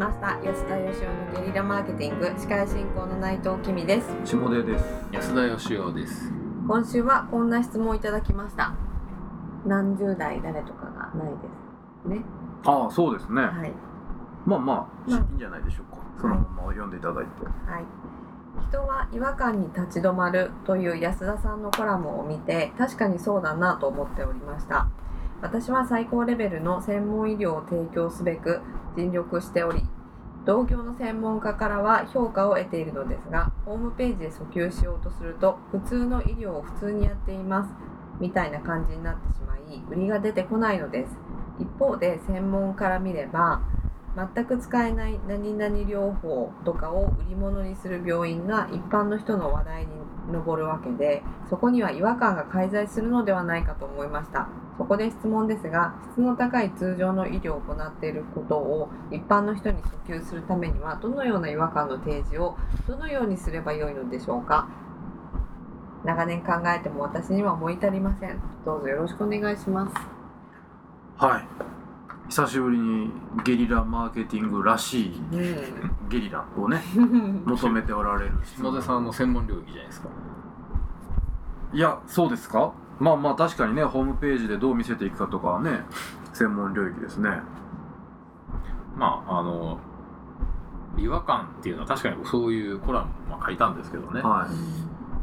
ました安田義雄のゲリラマーケティング司会進行の内藤きみです。 下出です。 安田義雄です。 今週はこんな質問をいただきました。何十代誰とかがないですね。 ああ、そうですね。 はい。 まあいいんじゃないでしょうか。そのまま読んでいただいて。 はい。人は違和感に立ち止まるという安田さんのコラムを見て確かにそうだなと思っておりました。私は最高レベルの専門医療を提供すべく尽力しており、同業の専門家からは評価を得ているのですが、ホームページで訴求しようとすると普通の医療を普通にやっていますみたいな感じになってしまい、売りが出てこないのです。一方で専門から見れば全く使えない何々療法とかを売り物にする病院が一般の人の話題に上るわけで、そこには違和感が介在するのではないかと思いました。そこで質問ですが、質の高い通常の医療を行っていることを一般の人に訴求するためには、どのような違和感の提示をどのようにすればよいのでしょうか。長年考えても私には思い至りません。どうぞよろしくお願いします。 はい。久しぶりにゲリラマーケティングらしいゲリラをね求めておられる下出さんの専門領域じゃないですか。 いや、そうですか。まあ確かにね、ホームページでどう見せていくかとかはね、専門領域ですね。 違和感っていうのは確かにそういうコラムも書いたんですけどね、 はい、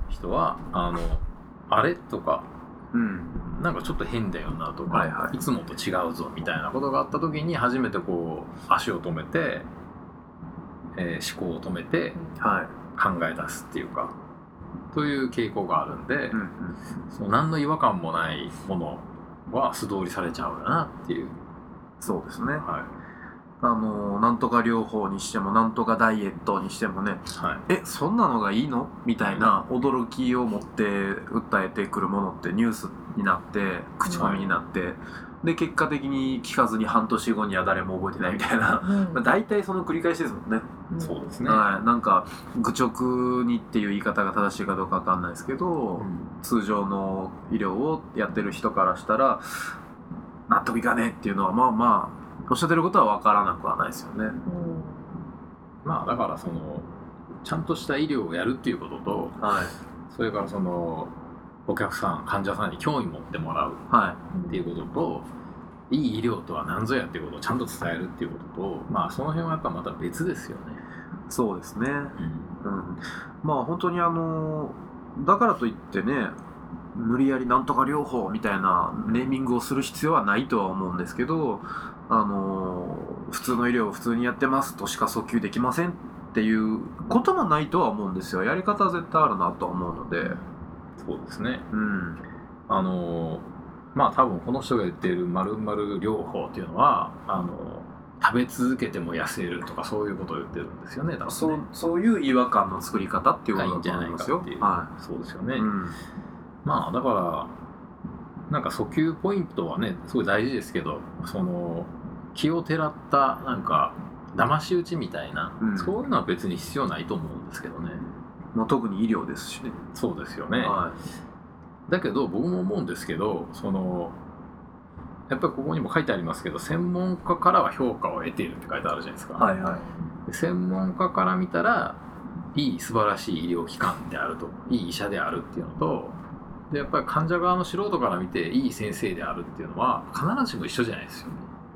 人はあれとか、なんかちょっと変だよなとか、いつもと違うぞみたいなことがあった時に初めてこう足を止めて、思考を止めて考え出すっていうか、という傾向があるんで、その何の違和感もないものは素通りされちゃうよなっていう。 そうですね。なんとか療法にしてもなんとかダイエットにしてもね、そんなのがいいのみたいな驚きを持って訴えてくるものってニュースになって口コミになって、で結果的に聞かずに半年後には誰も覚えてないみたいな、大体その繰り返しですもんね。 そうですね。 なんか愚直にっていう言い方が正しいかどうかわかんないですけど、通常の医療をやってる人からしたら納得いかねえっていうのはまあおっしゃってることは分からなくはないですよね。 だからそのちゃんとした医療をやるっていうことと、それからそのお客さん患者さんに興味持ってもらうっていうことと、いい医療とは何ぞやっていうことをちゃんと伝えるっていうことと、その辺はやっぱまた別ですよね。 そうですね。本当にだからといってね、無理やりなんとか療法みたいなネーミングをする必要はないとは思うんですけど、普通の医療を普通にやってますとしか訴求できませんっていうこともないとは思うんですよ。やり方は絶対あるなと思うので。 そうですね。多分この人が言っている〇〇療法っていうのは食べ続けても痩せるとかそういうことを言ってるんですよね。多分ね。 そういう違和感の作り方っていうことだと思いますよ。 そうですよね。だからなんか訴求ポイントはねすごい大事ですけど、その気をてらったなんか騙し討ちみたいな、そういうのは別に必要ないと思うんですけどね。 特に医療ですしね。 そうですよね。だけど僕も思うんですけど、そのやっぱりここにも書いてありますけど、専門家からは評価を得ているって書いてあるじゃないですか。専門家から見たらいい素晴らしい医療機関であると、いい医者であるっていうのと、でやっぱり患者側の素人から見ていい先生であるっていうのは必ずしも一緒じゃないですよね。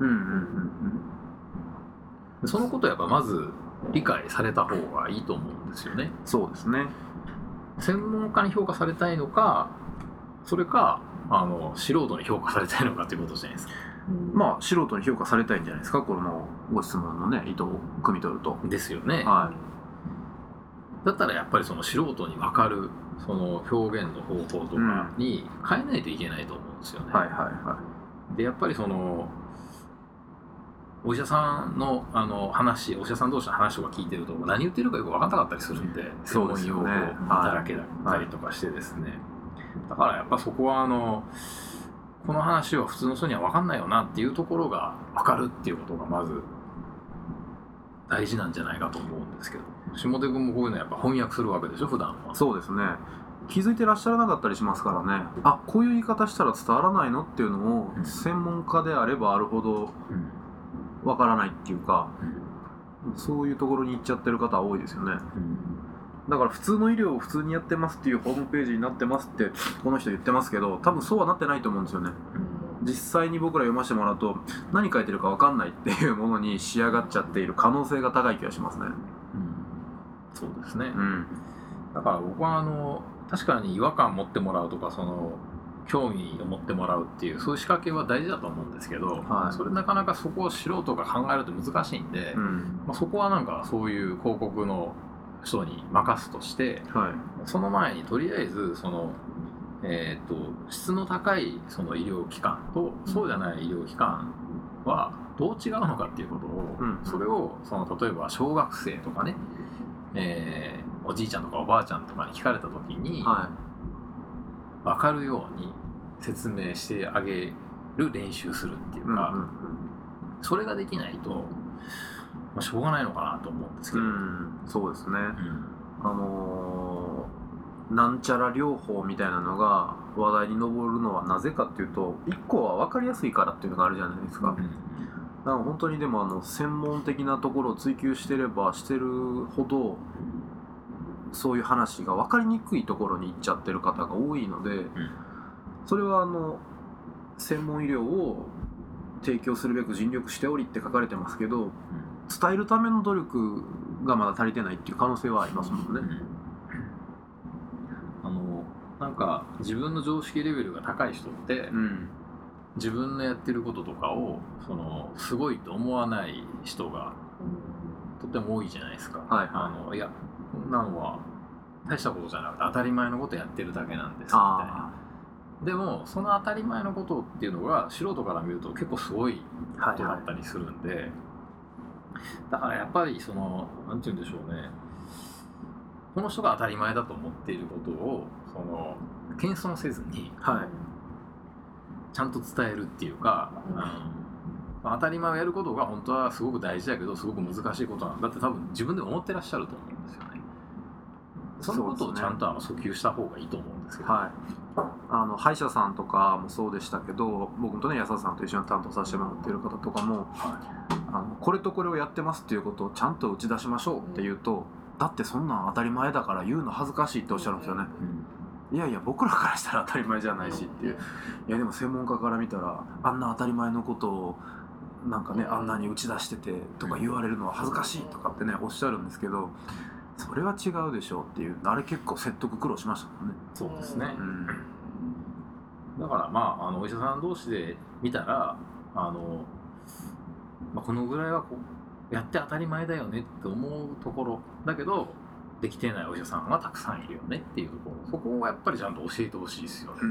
そのことをやっぱまず理解された方がいいと思うんですよね。 そうですね。 専門家に評価されたいのか、それか素人に評価されたいのかっていうことじゃないですか。 素人に評価されたいんじゃないですか、このご質問のね意図を汲み取ると。 ですよね。だったらやっぱりその素人に分かるその表現の方法とかに変えないといけないと思うんですよね。でやっぱりそのお医者さんの話、お医者さん同士の話とか聞いてると何言ってるかよく分かんなかったりするんで、専門用語だらけだったりとかしてですね。だからやっぱそこはこの話は普通の人には分かんないよなっていうところが分かるっていうことがまず大事なんじゃないかと思うんですけど、下出君もこういうのやっぱ翻訳するわけでしょ普段は。 そうですね。気づいてらっしゃらなかったりしますからね。こういう言い方したら伝わらないのっていうのを専門家であればあるほどわからないっていうか、 そういうところに行っちゃってる方は多いですよね。だから普通の医療を普通にやってますっていうホームページになってますってこの人言ってますけど、多分そうはなってないと思うんですよね。実際に僕ら読ませてもらうと何書いてるか分かんないっていうものに仕上がっちゃっている可能性が高い気がしますね。 そうですね、だから僕は確かに違和感持ってもらうとか興味を持ってもらうっていうそういう仕掛けは大事だと思うんですけど、それなかなかそこを素人が考えると難しいんで、そこはなんかそういう広告の人に任すとして、その前にとりあえず質の高い医療機関とそうじゃない医療機関はどう違うのかっていうことを、それを例えば小学生とかね、おじいちゃんとかおばあちゃんとかに聞かれた時に、分かるように説明してあげる練習するっていうか、それができないと、しょうがないのかなと思うんですけど、 そうですね、なんちゃら療法みたいなのが話題に上るのはなぜかっていうと、一個は分かりやすいからっていうのがあるじゃないですか。だから本当にでも専門的なところを追求してればしてるほど、そういう話が分かりにくいところに行っちゃってる方が多いので、それは専門医療を提供するべく尽力しておりって書かれてますけど、伝えるための努力がまだ足りてないっていう可能性はありますもんね。 なんか自分の常識レベルが高い人って、自分のやってることとかをすごいと思わない人がとっても多いじゃないですか。いやこんなのは大したことじゃなくて当たり前のことやってるだけなんですみたいな。でもその当たり前のことっていうのが素人から見ると結構すごいことだったりするんで、だからやっぱりなんて言うんでしょうね、この人が当たり前だと思っていることを謙遜せずに、ちゃんと伝えるっていうか、当たり前をやることが本当はすごく大事だけどすごく難しいことなんだって多分自分でも思ってらっしゃると思うんですよね。そのことをちゃんと訴求した方がいいと思うんですけど、 歯医者さんとかもそうでしたけど、僕とね安田さんと一緒に担当させてもらっている方とかも、これとこれをやってますっていうことをちゃんと打ち出しましょうって言うと、だってそんなん当たり前だから言うの恥ずかしいっておっしゃるんですよね。いやいや僕らからしたら当たり前じゃないしっていう、いやでも専門家から見たらあんな当たり前のことをなんかねあんなに打ち出しててとか言われるのは恥ずかしいとかってねおっしゃるんですけど、それは違うでしょうっていう、あれ結構説得苦労しましたもんね。 そうですね、だからお医者さん同士で見たらこのぐらいはやって当たり前だよねって思うところだけどできてないお医者さんはたくさんいるよねっていうところ、そこをやっぱりちゃんと教えてほしいですよね。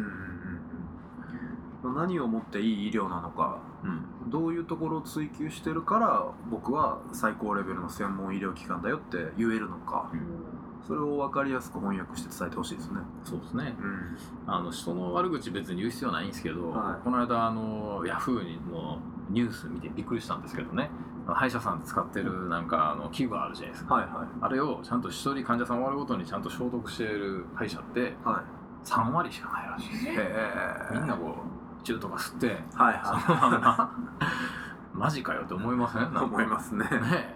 何をもっていい医療なのか、どういうところを追求してるから僕は最高レベルの専門医療機関だよって言えるのか、それを分かりやすく翻訳して伝えてほしいですね。 そうですね、人の悪口別に言う必要はないんですけど、この間ヤフーのニュース見てびっくりしたんですけどね、歯医者さんで使ってるなんか器具あるじゃないですか、あれをちゃんと一人患者さん終わるごとにちゃんと消毒している歯医者って、3割しかないらしいです。みんなチューとか吸ってそのままマジかよって思いません？ 思いますね。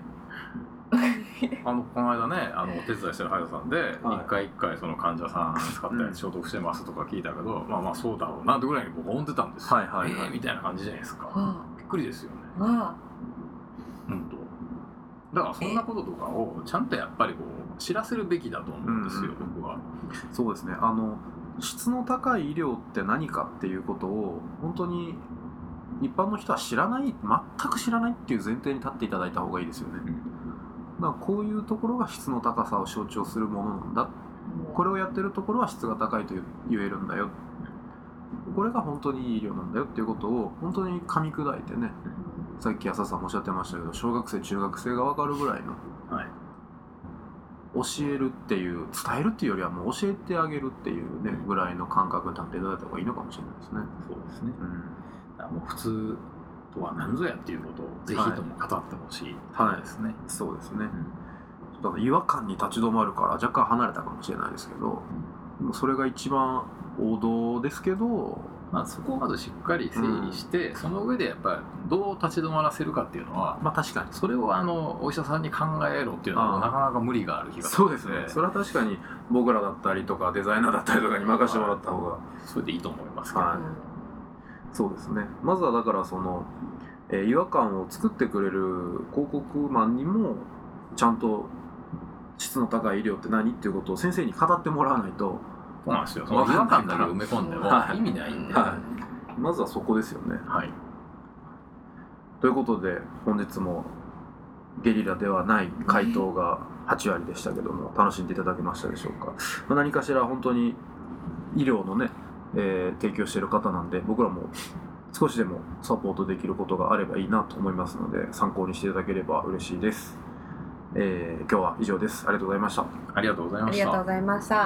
この間ねお手伝いしてる歯医者さんで一回一回その患者さん使ったやつ消毒してますとか聞いたけど、まあそうだろうなってぐらいに僕思ってたんですよ。みたいな感じじゃないですか。びっくりですよね。だからそんなこととかをちゃんとやっぱり知らせるべきだと思うんですよ、僕は。 そうですね。質の高い医療って何かっていうことを本当に一般の人は知らない、全く知らないっていう前提に立っていただいた方がいいですよね。だからこういうところが質の高さを象徴するものなんだ、これをやってるところは質が高いと言えるんだよ、これが本当にいい医療なんだよっていうことを本当に噛み砕いてね、さっき浅田さんもおっしゃってましたけど小学生中学生が分かるぐらいの、教えるっていう伝えるっていうよりはもう教えてあげるっていうねぐらいの感覚に立っていただいた方がいいのかもしれないですね。 そうですね、もう普通とは何ぞやっていうことをぜひとも語ってほしいですね。 そうですね、ちょっと違和感に立ち止まるから若干離れたかもしれないですけど、 それが一番王道ですけど、 そこをまずしっかり整理して、その上でやっぱりどう立ち止まらせるかっていうのは、 確かにそれをお医者さんに考えろっていうのはなかなか無理がある気がする。 そうですね。それは確かに僕らだったりとかデザイナーだったりとかに任せてもらった方がそれでいいと思いますけど、 そうですね。まずはだからその、違和感を作ってくれる広告マンにもちゃんと質の高い医療って何っていうことを先生に語ってもらわないと。 そうなんですよ。その違和感だけ埋め込んでも意味ないんで、 まずはそこですよね。ということで本日もゲリラではない回答が8割でしたけども、楽しんでいただけましたでしょうか。何かしら本当に医療のね、提供している方なんで、僕らも少しでもサポートできることがあればいいなと思いますので、参考にしていただければ嬉しいです。今日は以上です。ありがとうございました。 ありがとうございました。 ありがとうございました。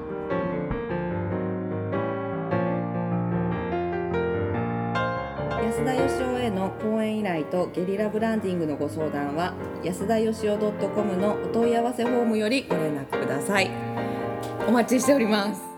安田義雄への講演依頼とゲリラブランディングのご相談は安田義雄 .com のお問い合わせフォームよりご連絡ください。お待ちしております。